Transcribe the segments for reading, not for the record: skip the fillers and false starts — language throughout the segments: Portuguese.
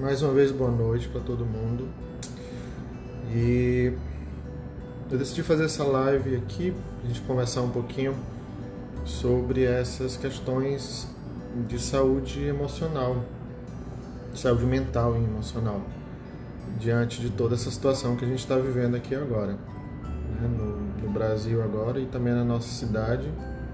Mais uma vez, boa noite para todo mundo. E eu decidi fazer essa live aqui para a gente conversar um pouquinho sobre essas questões de saúde emocional, saúde mental e emocional, diante de toda essa situação que a gente está vivendo aqui agora, né? No Brasil agora e também na nossa cidade.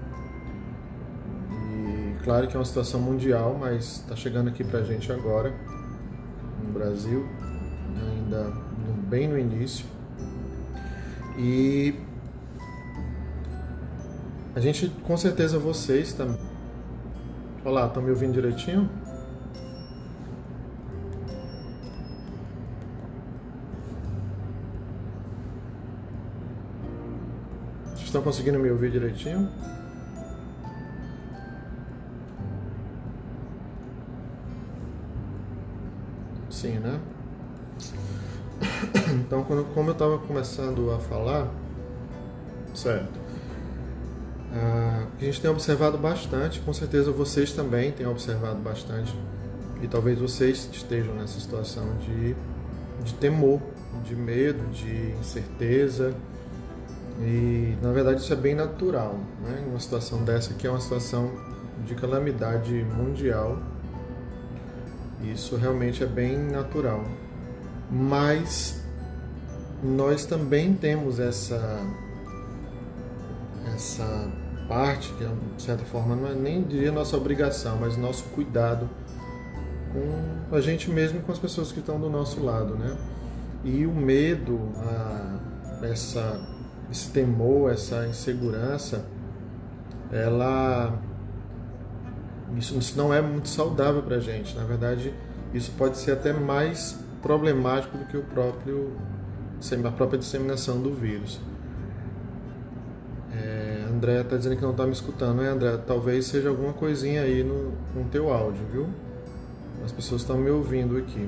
E claro que é uma situação mundial, mas está chegando aqui para a gente agora, no Brasil, ainda bem no início. E a gente, com certeza vocês também. Olá, estão me ouvindo direitinho? Vocês estão conseguindo me ouvir direitinho? Sim, né? Então, como eu estava começando a falar, certo? A gente tem observado bastante, com certeza vocês também têm observado bastante, e talvez vocês estejam nessa situação de temor, de medo, de incerteza, e na verdade isso é bem natural, né? Uma situação dessa que é uma situação de calamidade mundial, isso realmente é bem natural. Mas nós também temos essa parte que, de certa forma, não é nem diria nossa obrigação, mas nosso cuidado com a gente mesmo e com as pessoas que estão do nosso lado, né? E o medo, esse temor, essa insegurança, isso não é muito saudável para a gente. Na verdade, isso pode ser até mais problemático do que a própria disseminação do vírus. André está dizendo que não está me escutando, né, André? Talvez seja alguma coisinha aí no teu áudio, viu? As pessoas estão me ouvindo aqui.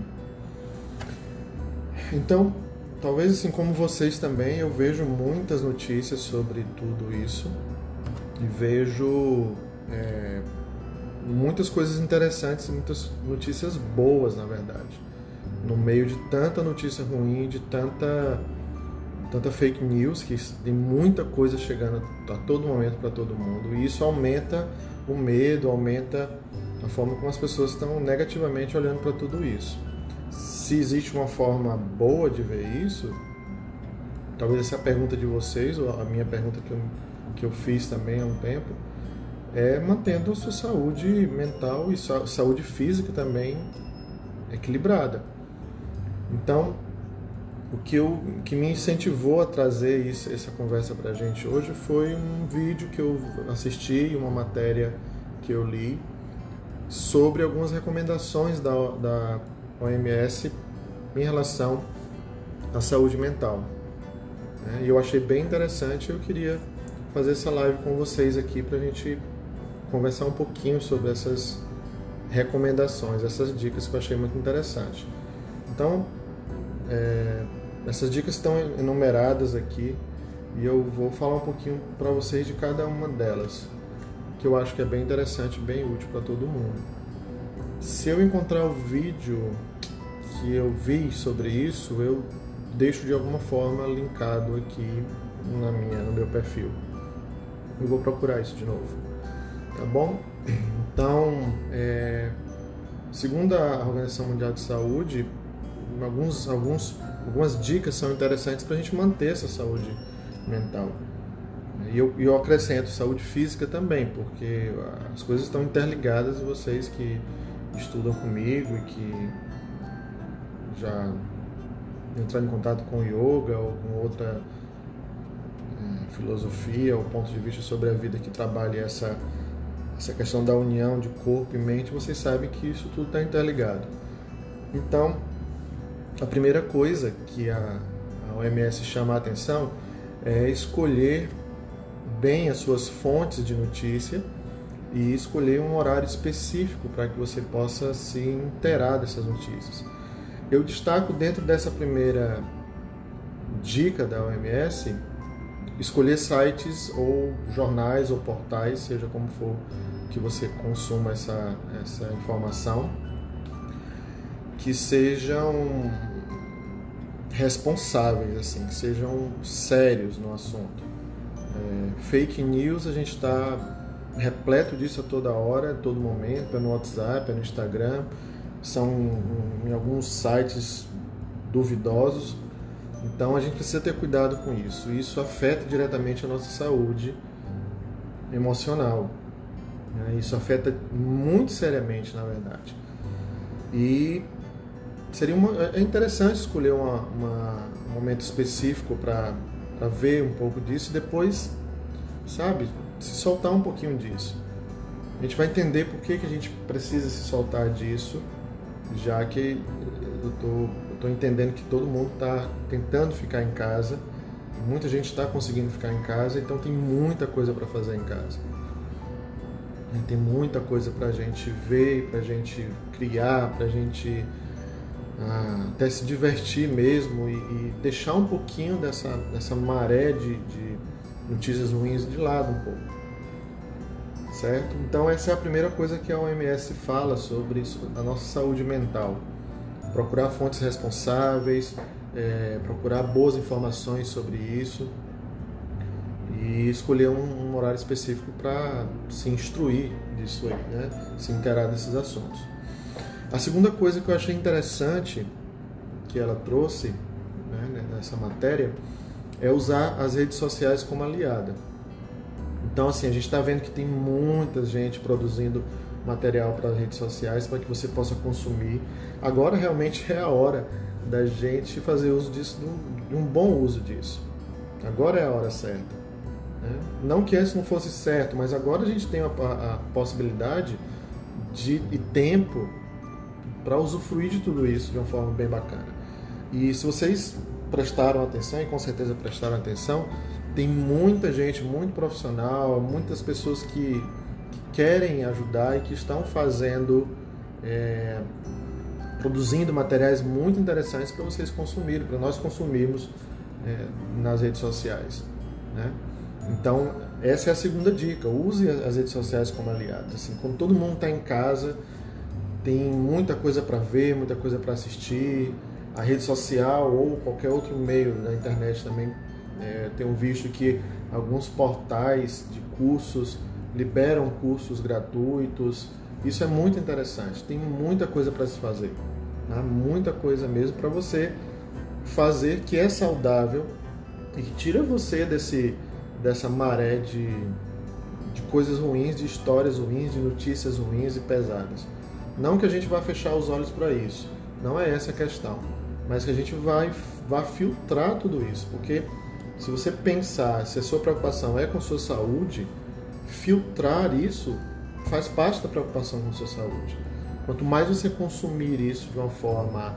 Então, talvez assim como vocês também, eu vejo muitas notícias sobre tudo isso e vejo muitas coisas interessantes, muitas notícias boas, na verdade. No meio de tanta notícia ruim, de tanta fake news, que tem muita coisa chegando a todo momento para todo mundo, e isso aumenta o medo, aumenta a forma como as pessoas estão negativamente olhando para tudo isso. Se existe uma forma boa de ver isso, talvez essa é a pergunta de vocês, ou a minha pergunta que eu fiz também há um tempo, é mantendo a sua saúde mental e saúde física também equilibrada. Então, o que me incentivou a trazer essa conversa para a gente hoje foi um vídeo que eu assisti, uma matéria que eu li sobre algumas recomendações da OMS em relação à saúde mental. E eu achei bem interessante, eu queria fazer essa live com vocês aqui para a gente conversar um pouquinho sobre essas recomendações, essas dicas que eu achei muito interessante. Então, essas dicas estão enumeradas aqui e eu vou falar um pouquinho para vocês de cada uma delas, que eu acho que é bem interessante, bem útil para todo mundo. Se eu encontrar o vídeo que eu vi sobre isso, eu deixo de alguma forma linkado aqui no meu perfil. Eu vou procurar isso de novo, tá bom? Então, segundo a Organização Mundial de Saúde, algumas dicas são interessantes para a gente manter essa saúde mental. E eu acrescento saúde física também, porque as coisas estão interligadas, e vocês que estudam comigo e que já entraram em contato com yoga ou com outra filosofia ou ponto de vista sobre a vida que trabalha essa questão da união de corpo e mente, vocês sabem que isso tudo está interligado. Então, a primeira coisa que a OMS chama a atenção é escolher bem as suas fontes de notícia e escolher um horário específico para que você possa se inteirar dessas notícias. Eu destaco dentro dessa primeira dica da OMS, escolher sites ou jornais ou portais, seja como for que você consuma essa informação, que sejam responsáveis, assim, que sejam sérios no assunto. Fake news a gente está repleto disso a toda hora, a todo momento, é no WhatsApp, é no Instagram, são em alguns sites duvidosos. Então a gente precisa ter cuidado com isso. Isso afeta diretamente a nossa saúde emocional. Isso afeta muito seriamente, na verdade. E é interessante escolher um momento específico para ver um pouco disso e depois, sabe, se soltar um pouquinho disso. A gente vai entender por que a gente precisa se soltar disso, já que eu tô entendendo que todo mundo está tentando ficar em casa, muita gente está conseguindo ficar em casa, então tem muita coisa para fazer em casa. Tem muita coisa para a gente ver, para a gente criar, para a gente até se divertir mesmo e deixar um pouquinho dessa maré de notícias ruins de lado um pouco. Certo? Então essa é a primeira coisa que a OMS fala sobre a nossa saúde mental. Procurar fontes responsáveis, procurar boas informações sobre isso e escolher um horário específico para se instruir disso aí, né? Se inteirar desses assuntos. A segunda coisa que eu achei interessante que ela trouxe, né, nessa matéria é usar as redes sociais como aliada. Então, assim, a gente está vendo que tem muita gente produzindo material para as redes sociais para que você possa consumir. Agora realmente é a hora da gente fazer uso disso, de um bom uso disso. Agora é a hora certa. Né? Não que antes não fosse certo, mas agora a gente tem a possibilidade e tempo para usufruir de tudo isso de uma forma bem bacana. E se vocês prestaram atenção, e com certeza prestaram atenção, tem muita gente, muito profissional, muitas pessoas que querem ajudar e que estão produzindo materiais muito interessantes para vocês consumirem, para nós consumirmos nas redes sociais, né? Então, essa é a segunda dica. Use as redes sociais como aliados. Assim, quando todo mundo está em casa, tem muita coisa para ver, muita coisa para assistir. A rede social ou qualquer outro meio da internet também, tenho visto que alguns portais de cursos liberam cursos gratuitos. Isso é muito interessante. Tem muita coisa para se fazer, né? Muita coisa mesmo para você fazer que é saudável e que tira você dessa maré de coisas ruins, de histórias ruins, de notícias ruins e pesadas. Não que a gente vá fechar os olhos para isso, não é essa a questão, mas que a gente vai filtrar tudo isso, porque se você pensar, se a sua preocupação é com sua saúde, filtrar isso faz parte da preocupação com sua saúde. Quanto mais você consumir isso de uma forma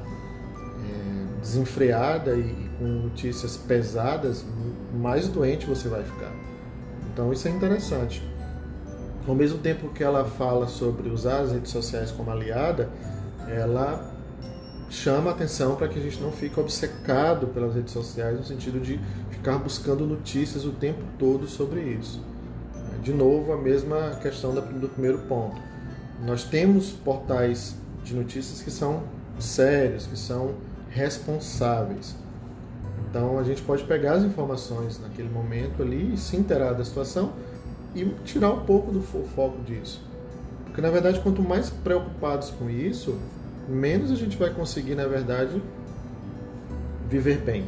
desenfreada e com notícias pesadas, mais doente você vai ficar. Então isso é interessante. Ao mesmo tempo que ela fala sobre usar as redes sociais como aliada, ela chama a atenção para que a gente não fique obcecado pelas redes sociais no sentido de ficar buscando notícias o tempo todo sobre isso. De novo, a mesma questão do primeiro ponto. Nós temos portais de notícias que são sérios, que são responsáveis. Então a gente pode pegar as informações naquele momento ali e se inteirar da situação e tirar um pouco do foco disso. Porque na verdade, quanto mais preocupados com isso, menos a gente vai conseguir, na verdade, viver bem.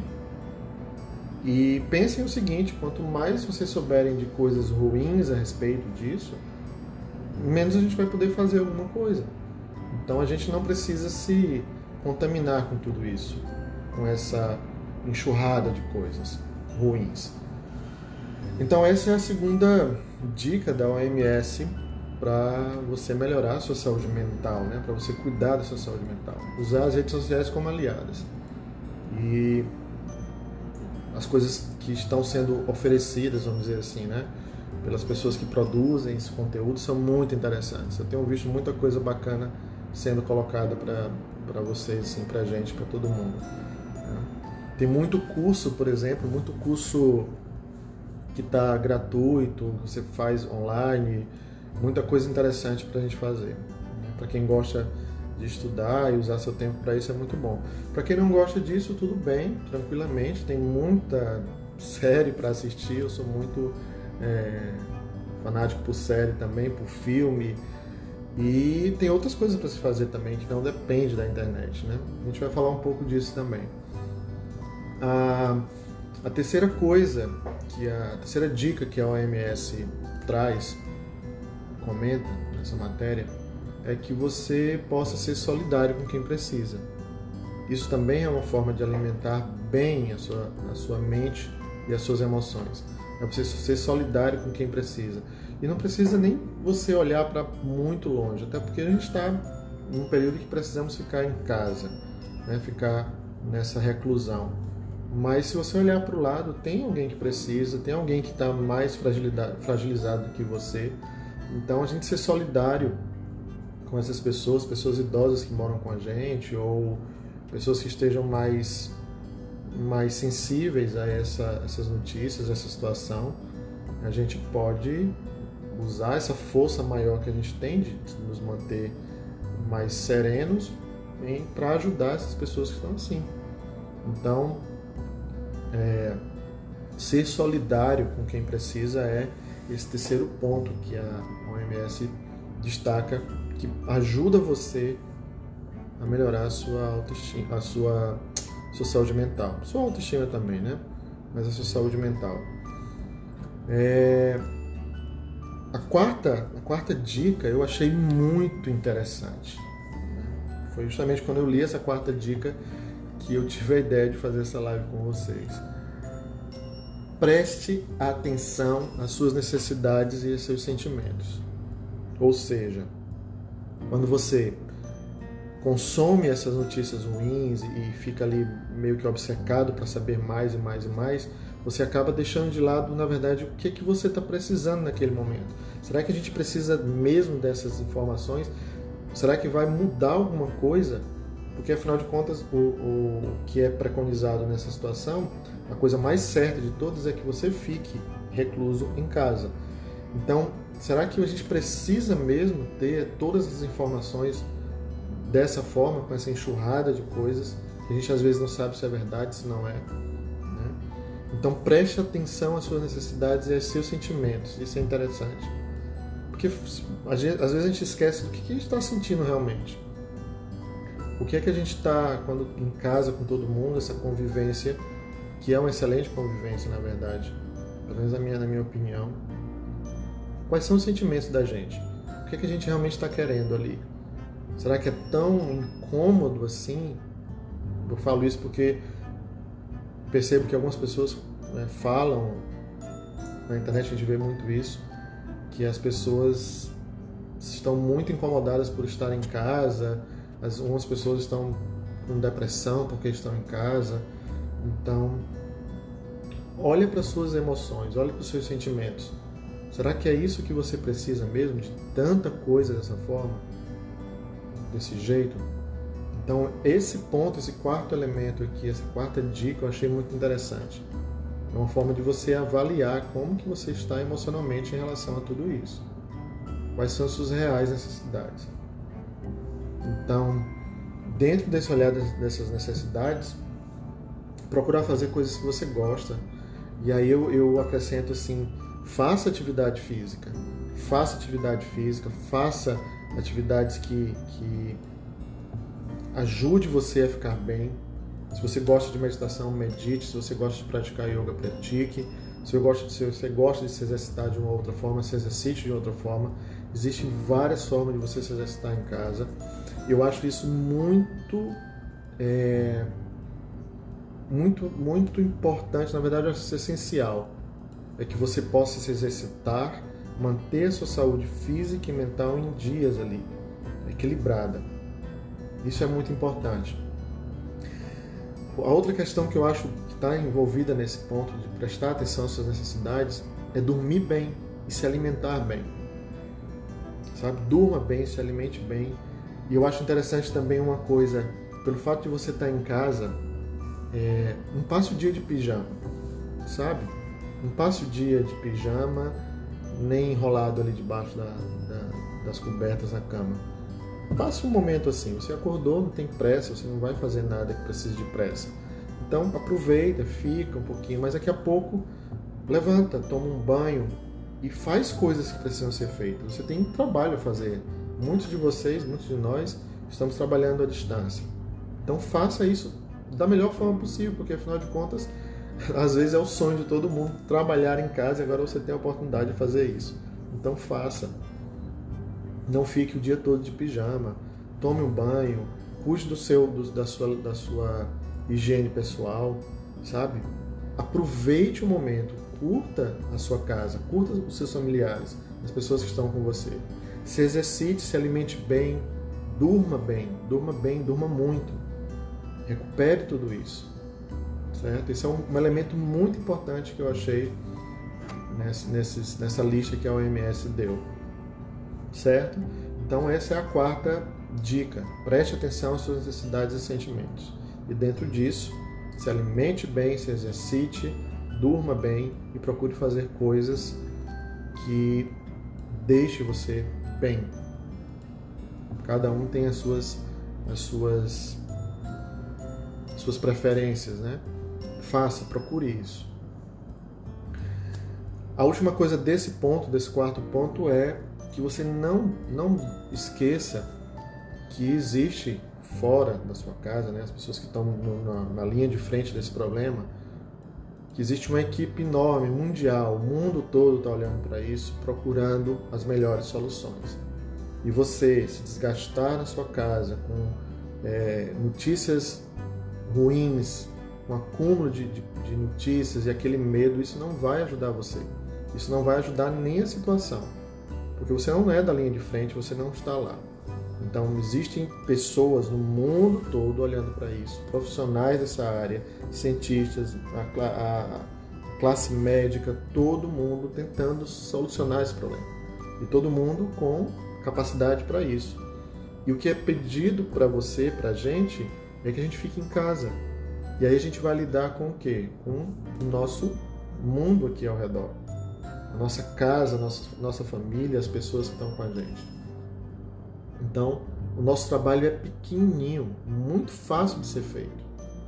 E pensem o seguinte, quanto mais vocês souberem de coisas ruins a respeito disso, menos a gente vai poder fazer alguma coisa. Então a gente não precisa se contaminar com tudo isso, com essa enxurrada de coisas ruins. Então essa é a segunda dica da OMS para você melhorar a sua saúde mental, né? Para você cuidar da sua saúde mental. Usar as redes sociais como aliadas. E as coisas que estão sendo oferecidas, vamos dizer assim, né? Pelas pessoas que produzem esse conteúdo são muito interessantes. Eu tenho visto muita coisa bacana sendo colocada para vocês, assim, para a gente, para todo mundo. Né? Tem muito curso, por exemplo, muito curso que está gratuito, você faz online, muita coisa interessante para a gente fazer. Né? Para quem gosta de estudar e usar seu tempo para isso é muito bom. Para quem não gosta disso, tudo bem, tranquilamente, tem muita série para assistir, eu sou muito fanático por série também, por filme, e tem outras coisas para se fazer também que não depende da internet, né? A gente vai falar um pouco disso também. A terceira coisa, a terceira dica que a OMS traz, comenta nessa matéria, é que você possa ser solidário com quem precisa. Isso também é uma forma de alimentar bem a sua mente e as suas emoções. É você ser solidário com quem precisa. E não precisa nem você olhar para muito longe, até porque a gente está num período que precisamos ficar em casa, né? Ficar nessa reclusão. Mas se você olhar para o lado, tem alguém que precisa, tem alguém que está mais fragilizado do que você. Então a gente ser solidário com essas pessoas idosas que moram com a gente, ou pessoas que estejam mais sensíveis a essas notícias, a essa situação, a gente pode usar essa força maior que a gente tem de nos manter mais serenos para ajudar essas pessoas que estão assim. Então, ser solidário com quem precisa é esse terceiro ponto que a OMS destaca, que ajuda você a melhorar a sua autoestima, a sua saúde mental. Sua autoestima também, né? Mas a sua saúde mental. A quarta dica eu achei muito interessante. Foi justamente quando eu li essa quarta dica que eu tive a ideia de fazer essa live com vocês. Preste atenção às suas necessidades e aos seus sentimentos. Ou seja, quando você consome essas notícias ruins e fica ali meio que obcecado para saber mais e mais e mais, você acaba deixando de lado, na verdade, o que você está precisando naquele momento. Será que a gente precisa mesmo dessas informações? Será que vai mudar alguma coisa? Porque, afinal de contas, o que é preconizado nessa situação, a coisa mais certa de todas é que você fique recluso em casa. Então, será que a gente precisa mesmo ter todas as informações dessa forma, com essa enxurrada de coisas, que a gente às vezes não sabe se é verdade, se não é, né? Então, preste atenção às suas necessidades e aos seus sentimentos. Isso é interessante. Porque, às vezes, a gente esquece do que a gente está sentindo realmente. O que é que a gente está, quando em casa com todo mundo, essa convivência, que é uma excelente convivência, na verdade, pelo menos na minha opinião. Quais são os sentimentos da gente? O que é que a gente realmente está querendo ali? Será que é tão incômodo assim? Eu falo isso porque percebo que algumas pessoas falam, na internet a gente vê muito isso, que as pessoas estão muito incomodadas por estar em casa, algumas pessoas estão com depressão porque estão em casa. Então, olha para as suas emoções, olha para os seus sentimentos. Será que é isso que você precisa mesmo, de tanta coisa dessa forma? Desse jeito? Então, esse ponto, esse quarto elemento aqui, essa quarta dica eu achei muito interessante. É uma forma de você avaliar como que você está emocionalmente em relação a tudo isso. Quais são as suas reais necessidades. Então, dentro desse olhar dessas necessidades, procurar fazer coisas que você gosta. E aí eu acrescento assim, faça atividade física, faça atividades que ajude você a ficar bem. Se você gosta de meditação, medite. Se você gosta de praticar yoga, pratique. Se você gosta de se exercitar de uma outra forma, se exercite de outra forma. Existem várias formas de você se exercitar em casa. Eu acho isso muito importante, na verdade, eu acho essencial. É que você possa se exercitar, manter a sua saúde física e mental em dias ali, equilibrada. Isso é muito importante. A outra questão que eu acho que está envolvida nesse ponto de prestar atenção às suas necessidades é dormir bem e se alimentar bem. Sabe? Durma bem, se alimente bem. E eu acho interessante também uma coisa, pelo fato de você estar em casa, não passe o dia de pijama, sabe? Não passe o dia de pijama, nem enrolado ali debaixo das cobertas na cama. passe um momento assim. Você acordou, não tem pressa, você não vai fazer nada que precise de pressa. Então aproveita, fica um pouquinho, mas daqui a pouco levanta, toma um banho e faz coisas que precisam ser feitas. Você tem um trabalho a fazer. Muitos de vocês, muitos de nós, estamos trabalhando à distância. Então faça isso da melhor forma possível, porque afinal de contas, às vezes é o sonho de todo mundo trabalhar em casa e agora você tem a oportunidade de fazer isso. Então faça. Não fique o dia todo de pijama. Tome um banho. Cuide da sua higiene pessoal, sabe? Aproveite o momento. Curta a sua casa. Curta os seus familiares, as pessoas que estão com você. Se exercite, se alimente bem. Durma bem, durma muito. Recupere tudo isso. Certo? Esse é um elemento muito importante que eu achei nessa lista que a OMS deu. Certo? Então essa é a quarta dica. Preste atenção às suas necessidades e sentimentos. E dentro disso, se alimente bem, se exercite, durma bem e procure fazer coisas que deixe você bem. Cada um tem as suas preferências, né? Faça, procure isso. A última coisa desse quarto ponto é que você não esqueça que existe fora da sua casa, né, as pessoas que estão na linha de frente desse problema, que existe uma equipe enorme, mundial, o mundo todo está olhando para isso, procurando as melhores soluções. E você se desgastar na sua casa com notícias ruins, um acúmulo de notícias e aquele medo, isso não vai ajudar você. Isso não vai ajudar nem a situação. Porque você não é da linha de frente, você não está lá. Então, existem pessoas no mundo todo olhando para isso, profissionais dessa área, cientistas, a classe médica, todo mundo tentando solucionar esse problema. E todo mundo com capacidade para isso. E o que é pedido para você, para a gente, é que a gente fique em casa. E aí a gente vai lidar com o quê? Com o nosso mundo aqui ao redor. A nossa casa, nossa família, as pessoas que estão com a gente. Então, o nosso trabalho é pequenininho, muito fácil de ser feito.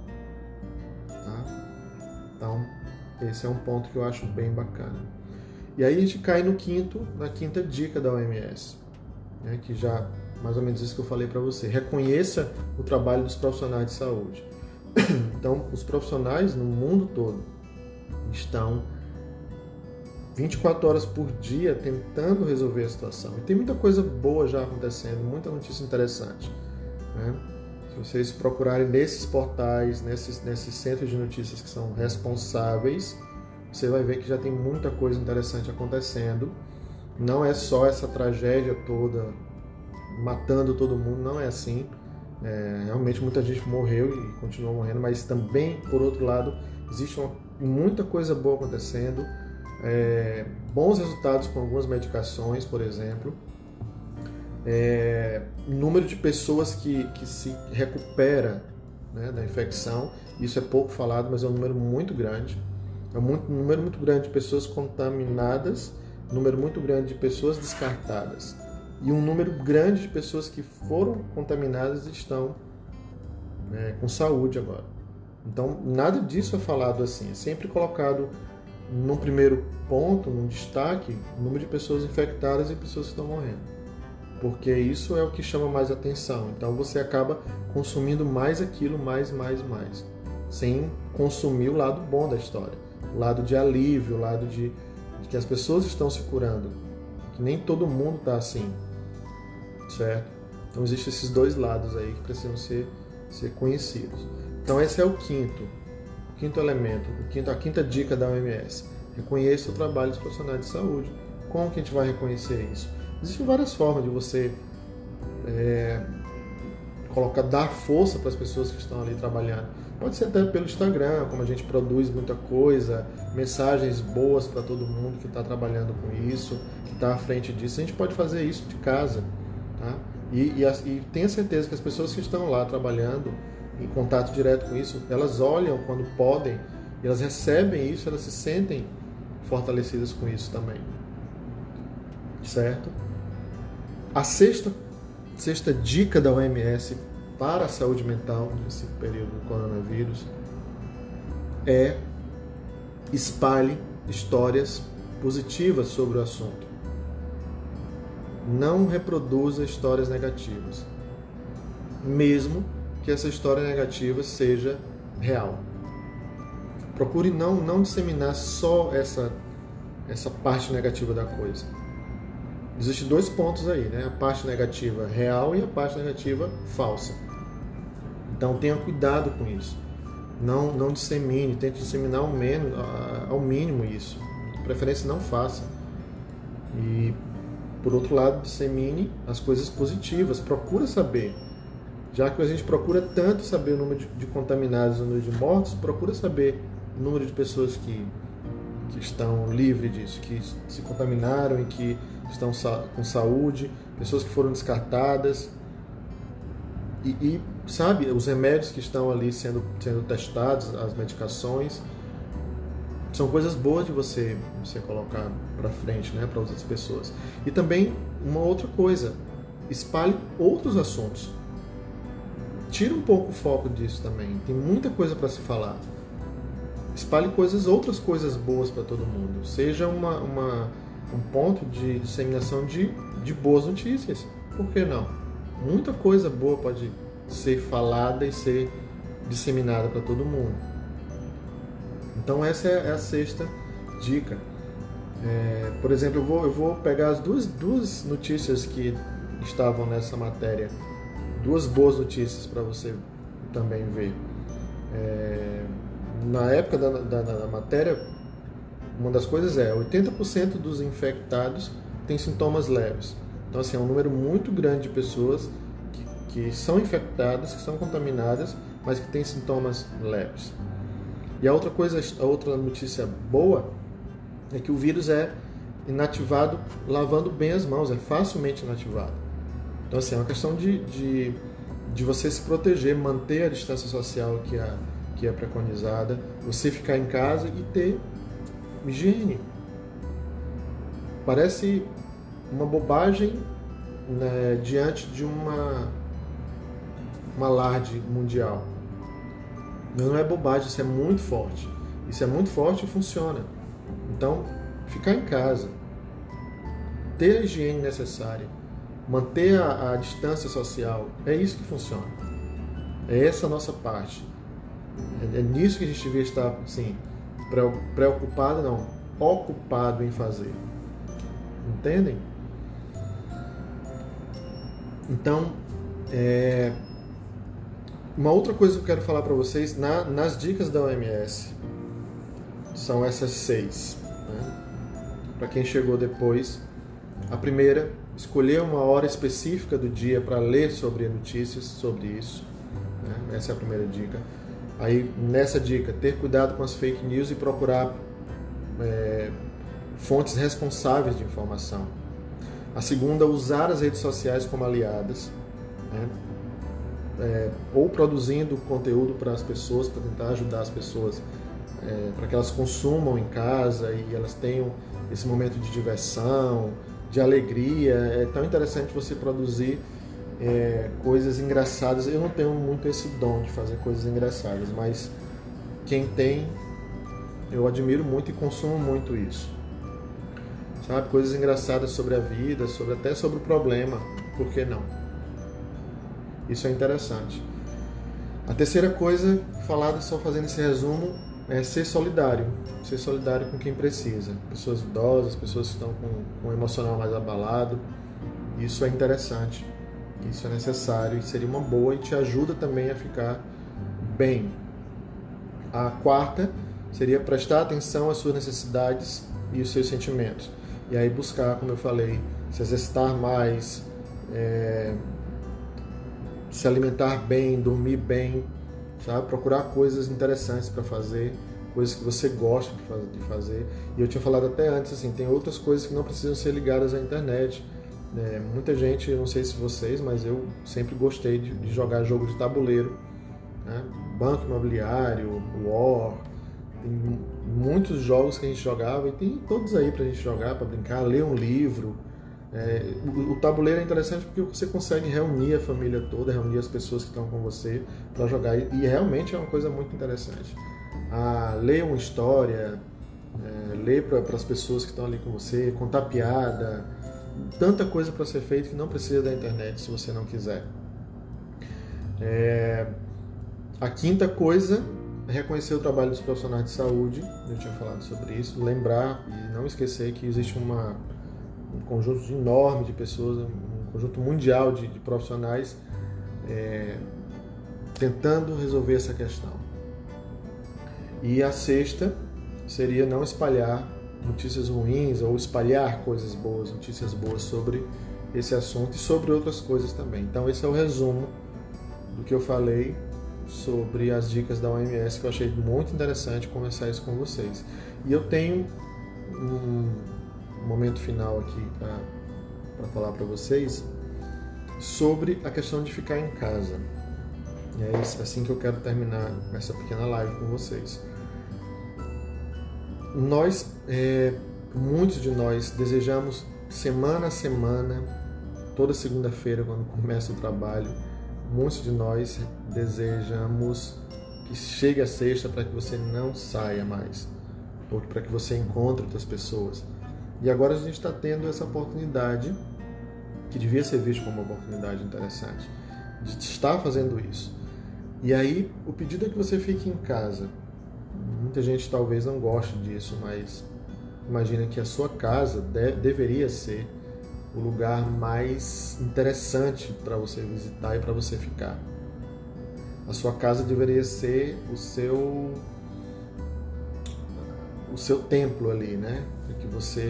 Tá? Então, esse é um ponto que eu acho bem bacana. E aí a gente cai na quinta dica da OMS, né, que já mais ou menos isso que eu falei para você. Reconheça o trabalho dos profissionais de saúde. Então, os profissionais no mundo todo estão 24 horas por dia tentando resolver a situação. E tem muita coisa boa já acontecendo, muita notícia interessante. Né? Se vocês procurarem nesses portais, nesses centros de notícias que são responsáveis, você vai ver que já tem muita coisa interessante acontecendo. Não é só essa tragédia toda, matando todo mundo, não é assim. Realmente muita gente morreu e continua morrendo, mas também, por outro lado, existe muita coisa boa acontecendo. Bons resultados com algumas medicações, por exemplo, número de pessoas que se recupera, né, da infecção, isso é pouco falado, mas é um número muito grande, um número muito grande de pessoas contaminadas, um número muito grande de pessoas descartadas e um número grande de pessoas que foram contaminadas e estão com saúde agora. Então nada disso é falado assim, é sempre colocado no primeiro ponto, num destaque, o número de pessoas infectadas e pessoas que estão morrendo. Porque isso é o que chama mais atenção. Então você acaba consumindo mais aquilo, mais, sem consumir o lado bom da história. O lado de alívio, o lado de que as pessoas estão se curando. Que nem todo mundo está assim. Certo? Então existem esses dois lados aí que precisam ser conhecidos. Então esse é o quinto elemento, a quinta dica da OMS. Reconheça o trabalho dos profissionais de saúde. Como que a gente vai reconhecer isso? Existem várias formas de você dar força para as pessoas que estão ali trabalhando. Pode ser até pelo Instagram, como a gente produz muita coisa, mensagens boas para todo mundo que está trabalhando com isso, que está à frente disso. A gente pode fazer isso de casa. Tá? E tenha certeza que as pessoas que estão lá trabalhando em contato direto com isso, elas olham quando podem, elas recebem isso, elas se sentem fortalecidas com isso também. Certo? A sexta sexta dica da OMS para a saúde mental nesse período do coronavírus é: espalhe histórias positivas sobre o assunto. Não reproduza histórias negativas, mesmo que essa história negativa seja real. Procure não disseminar só essa parte negativa da coisa. Existem dois pontos aí, né? A parte negativa real e a parte negativa falsa. Então tenha cuidado com isso. Não dissemine, tente disseminar ao mínimo isso. De preferência não faça. E por outro lado, dissemine as coisas positivas. Procura saber. Já que a gente procura tanto saber o número de contaminados e o número de mortos, procura saber o número de pessoas que estão livres disso, que se contaminaram e que estão com saúde, pessoas que foram descartadas. E sabe, os remédios que estão ali sendo testados, as medicações, são coisas boas de você colocar para frente, né, para outras pessoas. E também uma outra coisa, espalhe outros assuntos. Tira um pouco o foco disso também. Tem muita coisa para se falar. Espalhe outras coisas boas para todo mundo. Seja um ponto de disseminação de boas notícias. Por que não? Muita coisa boa pode ser falada e ser disseminada para todo mundo. Então essa é a sexta dica. Por exemplo, eu vou pegar as duas notícias que estavam nessa matéria. Duas boas notícias para você também ver. Na época da matéria, uma das coisas 80% dos infectados têm sintomas leves. Então, assim, é um número muito grande de pessoas que são infectadas, que são contaminadas, mas que têm sintomas leves. E a outra notícia boa é que o vírus é inativado lavando bem as mãos, é facilmente inativado. Então, assim, é uma questão de você se proteger, manter a distância social que é preconizada, você ficar em casa e ter higiene. Parece uma bobagem, né, diante de uma alarde mundial. Mas não é bobagem, isso é muito forte. Isso é muito forte e funciona. Então, ficar em casa, ter a higiene necessária, manter a distância social, é isso que funciona. É essa a nossa parte. É nisso que a gente devia estar, assim, preocupado, não, ocupado em fazer. Entendem? Então, uma outra coisa que eu quero falar para vocês, nas dicas da OMS, são essas 6. Né? Para quem chegou depois, a primeira, escolher uma hora específica do dia para ler sobre notícias sobre isso. Né? Essa é a primeira dica. Aí, nessa dica, ter cuidado com as fake news e procurar fontes responsáveis de informação. A segunda, usar as redes sociais como aliadas, né? Ou produzindo conteúdo para as pessoas, para tentar ajudar as pessoas, para que elas consumam em casa e elas tenham esse momento de diversão, de alegria. É tão interessante você produzir coisas engraçadas. Eu não tenho muito esse dom de fazer coisas engraçadas, mas quem tem, eu admiro muito e consumo muito isso. Sabe? Coisas engraçadas sobre a vida, até sobre o problema. Por que não? Isso é interessante. A terceira coisa, só fazendo esse resumo, é ser solidário. Ser solidário com quem precisa. Pessoas idosas, pessoas que estão com o emocional mais abalado. Isso é interessante. Isso é necessário e seria uma boa e te ajuda também a ficar bem. A quarta seria prestar atenção às suas necessidades e os seus sentimentos. E aí buscar, como eu falei, se exercitar mais, se alimentar bem, dormir bem, sabe? Procurar coisas interessantes para fazer, coisas que você gosta de fazer. E eu tinha falado até antes, assim, tem outras coisas que não precisam ser ligadas à internet. Muita gente, eu não sei se vocês, mas eu sempre gostei de jogar jogo de tabuleiro, né? Banco Imobiliário, War, tem muitos jogos que a gente jogava e tem todos aí pra gente jogar, pra brincar, ler um livro, O tabuleiro é interessante porque você consegue reunir a família toda, reunir as pessoas que estão com você para jogar, e realmente é uma coisa muito interessante. Ler uma história, ler para as pessoas que estão ali com você, contar piada, tanta coisa para ser feito que não precisa da internet se você não quiser. A quinta coisa é reconhecer o trabalho dos profissionais de saúde. Eu tinha falado sobre isso. Lembrar e não esquecer que existe um conjunto enorme de pessoas, um conjunto mundial de profissionais tentando resolver essa questão. E a sexta seria não espalhar notícias ruins ou espalhar coisas boas, notícias boas sobre esse assunto e sobre outras coisas também. Então esse é o resumo do que eu falei sobre as dicas da OMS, que eu achei muito interessante conversar isso com vocês. E eu tenho um momento final aqui para falar para vocês sobre a questão de ficar em casa. E é assim que eu quero terminar essa pequena live com vocês. Muitos de nós desejamos semana a semana, toda segunda-feira quando começa o trabalho, muitos de nós desejamos que chegue a sexta para que você não saia mais, ou para que você encontre outras pessoas. E agora a gente está tendo essa oportunidade, que devia ser vista como uma oportunidade interessante, de estar fazendo isso. E aí o pedido é que você fique em casa. Muita gente talvez não goste disso, mas imagina que a sua casa deveria ser o lugar mais interessante para você visitar e para você ficar. A sua casa deveria ser o seu templo ali, né? Para que você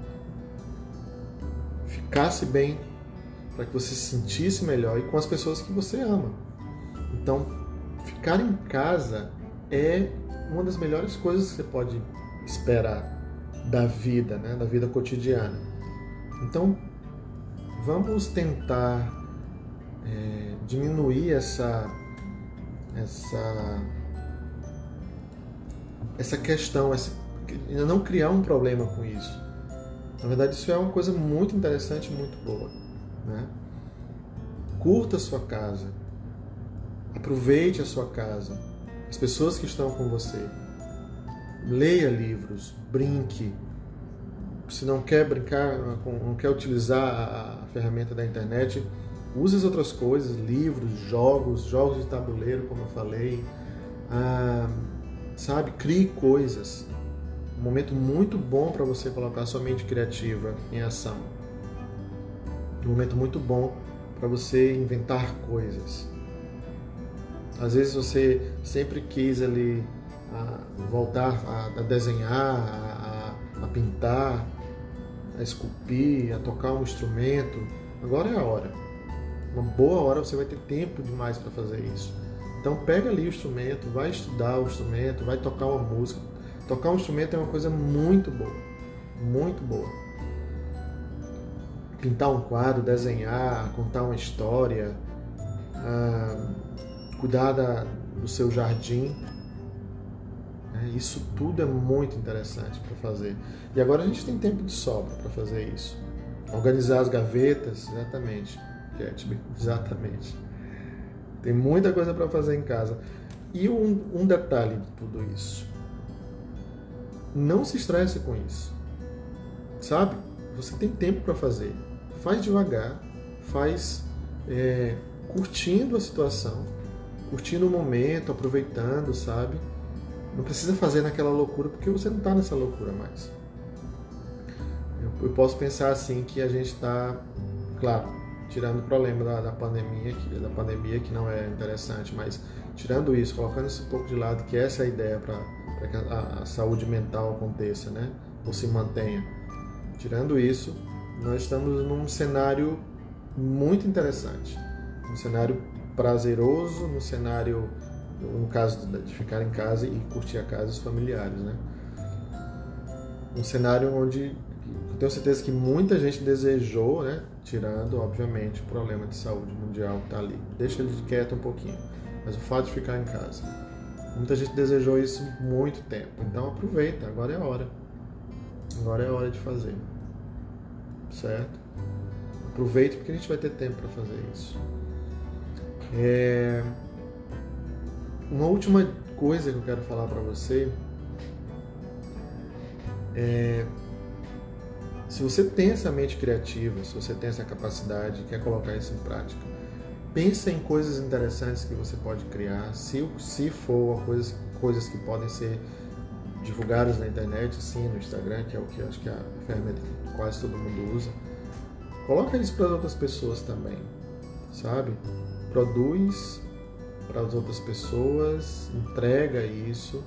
ficasse bem, para que você se sentisse melhor e com as pessoas que você ama. Então, ficar em casa é uma das melhores coisas que você pode esperar da vida, né? Da vida cotidiana. Então, vamos tentar diminuir essa questão, não criar um problema com isso. Na verdade, isso é uma coisa muito interessante e muito boa, né? Curta a sua casa, aproveite a sua casa, as pessoas que estão com você, leia livros, brinque. Se não quer brincar, não quer utilizar a ferramenta da internet, use as outras coisas, livros, jogos de tabuleiro, como eu falei. Crie coisas. Um momento muito bom para você colocar sua mente criativa em ação. Um momento muito bom para você inventar coisas. Às vezes você sempre quis ali voltar a desenhar, a pintar, a esculpir, a tocar um instrumento. Agora é a hora. Uma boa hora você vai ter tempo demais para fazer isso. Então pega ali o instrumento, vai estudar o instrumento, vai tocar uma música. Tocar um instrumento é uma coisa muito boa, muito boa. Pintar um quadro, desenhar, contar uma história, cuidar do seu jardim. Isso tudo é muito interessante para fazer. E agora a gente tem tempo de sobra para fazer isso. Organizar as gavetas, exatamente. Gatsby, exatamente. Tem muita coisa para fazer em casa. E um detalhe de tudo isso. Não se estresse com isso. Sabe? Você tem tempo para fazer. Faz devagar. Faz curtindo a situação. Curtindo o momento, aproveitando, sabe? Não precisa fazer naquela loucura, porque você não está nessa loucura mais. Eu posso pensar assim que a gente está, claro, tirando o problema da pandemia, que não é interessante, mas tirando isso, colocando isso um pouco de lado, que essa é a ideia para que a saúde mental aconteça, né? Ou se mantenha. Tirando isso, nós estamos num cenário muito interessante. Um cenário prazeroso, no caso de ficar em casa e curtir a casa e os familiares, né? Um cenário onde eu tenho certeza que muita gente desejou, né? Tirando, obviamente, o problema de saúde mundial que está ali. Deixa ele quieto um pouquinho. Mas o fato de ficar em casa. Muita gente desejou isso muito tempo. Então aproveita, agora é a hora. Agora é a hora de fazer. Certo? Aproveite, porque a gente vai ter tempo para fazer isso. Uma última coisa que eu quero falar para você é: se você tem essa mente criativa, se você tem essa capacidade e quer colocar isso em prática, pensa em coisas interessantes que você pode criar, se for coisas que podem ser divulgadas na internet, sim, no Instagram, que é o que eu acho que é a ferramenta que quase todo mundo usa. Coloca isso para outras pessoas também, sabe? Produz para as outras pessoas, entrega isso,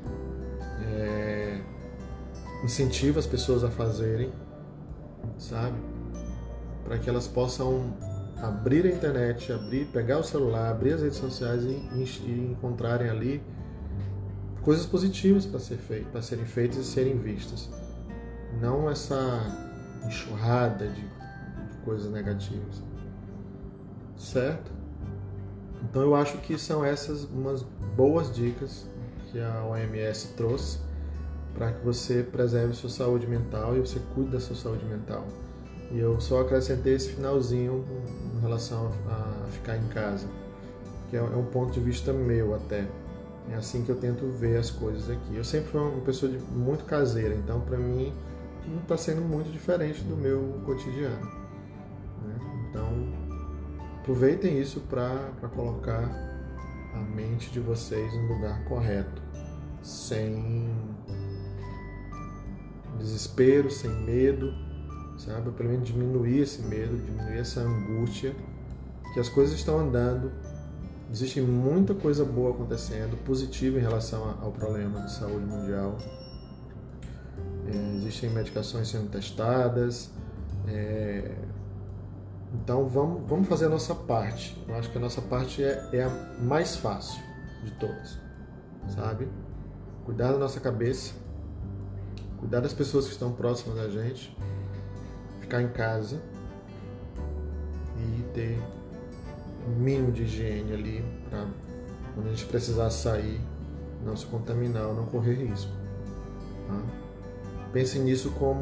incentiva as pessoas a fazerem, sabe? Para que elas possam abrir a internet, pegar o celular, abrir as redes sociais e encontrarem ali coisas positivas para serem feitas e serem vistas. Não essa enxurrada de coisas negativas. Certo? Então eu acho que são essas umas boas dicas que a OMS trouxe para que você preserve sua saúde mental e você cuide da sua saúde mental. E eu só acrescentei esse finalzinho em relação a ficar em casa, que é um ponto de vista meu até. É assim que eu tento ver as coisas aqui. Eu sempre fui uma pessoa muito caseira, então para mim não está sendo muito diferente do meu cotidiano, né? Então aproveitem isso para colocar a mente de vocês no lugar correto, sem desespero, sem medo, sabe? Pelo menos diminuir esse medo, diminuir essa angústia, que as coisas estão andando. Existe muita coisa boa acontecendo, positiva em relação ao problema de saúde mundial. Existem medicações sendo testadas. Então vamos fazer a nossa parte. Eu acho que a nossa parte é a mais fácil de todas, sabe? Cuidar da nossa cabeça, cuidar das pessoas que estão próximas da gente, ficar em casa e ter um mínimo de higiene ali para quando a gente precisar sair, não se contaminar ou não correr risco. Tá? Pense nisso como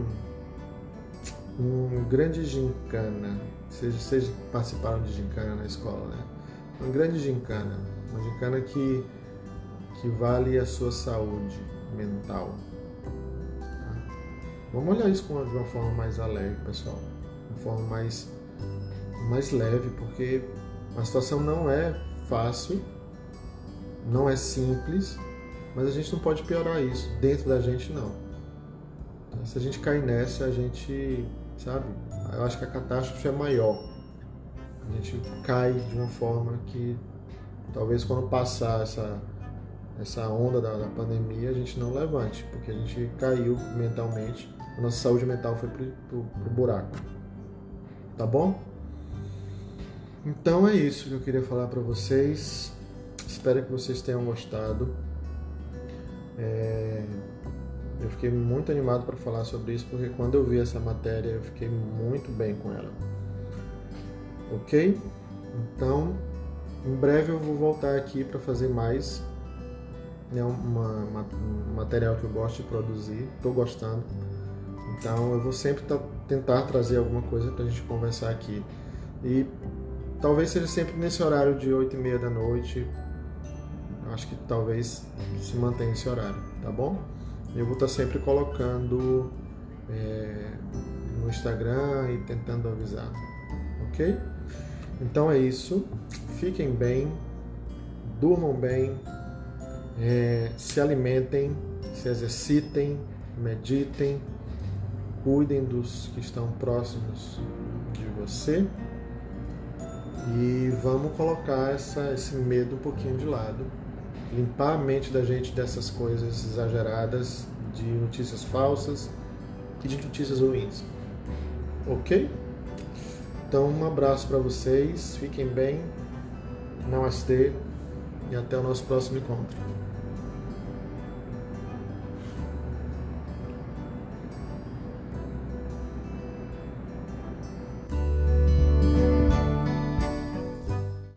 um grande gincana. Vocês participaram de gincana na escola, né? Uma grande gincana. Uma gincana que vale a sua saúde mental. Tá? Vamos olhar isso de uma forma mais alegre, pessoal. De uma forma mais leve, porque a situação não é fácil, não é simples, mas a gente não pode piorar isso. Dentro da gente, não. Se a gente cair nessa, a gente, sabe, eu acho que a catástrofe é maior. A gente cai de uma forma que talvez quando passar essa onda da pandemia a gente não levante, porque a gente caiu mentalmente, a nossa saúde mental foi pro buraco. Tá bom? Então é isso que eu queria falar para vocês. Espero que vocês tenham gostado. Eu fiquei muito animado para falar sobre isso, porque quando eu vi essa matéria eu fiquei muito bem com ela. Ok? Então, em breve eu vou voltar aqui para fazer mais. É um material que eu gosto de produzir, estou gostando. Então eu vou sempre tentar trazer alguma coisa para a gente conversar aqui. E talvez seja sempre nesse horário de 8h30 da noite. Acho que talvez se mantenha esse horário, tá bom? Eu vou estar sempre colocando no Instagram e tentando avisar, ok? Então é isso. Fiquem bem, durmam bem, se alimentem, se exercitem, meditem, cuidem dos que estão próximos de você e vamos colocar esse medo um pouquinho de lado. Limpar a mente da gente dessas coisas exageradas, de notícias falsas e de notícias ruins. Ok? Então um abraço para vocês, fiquem bem, namastê e até o nosso próximo encontro.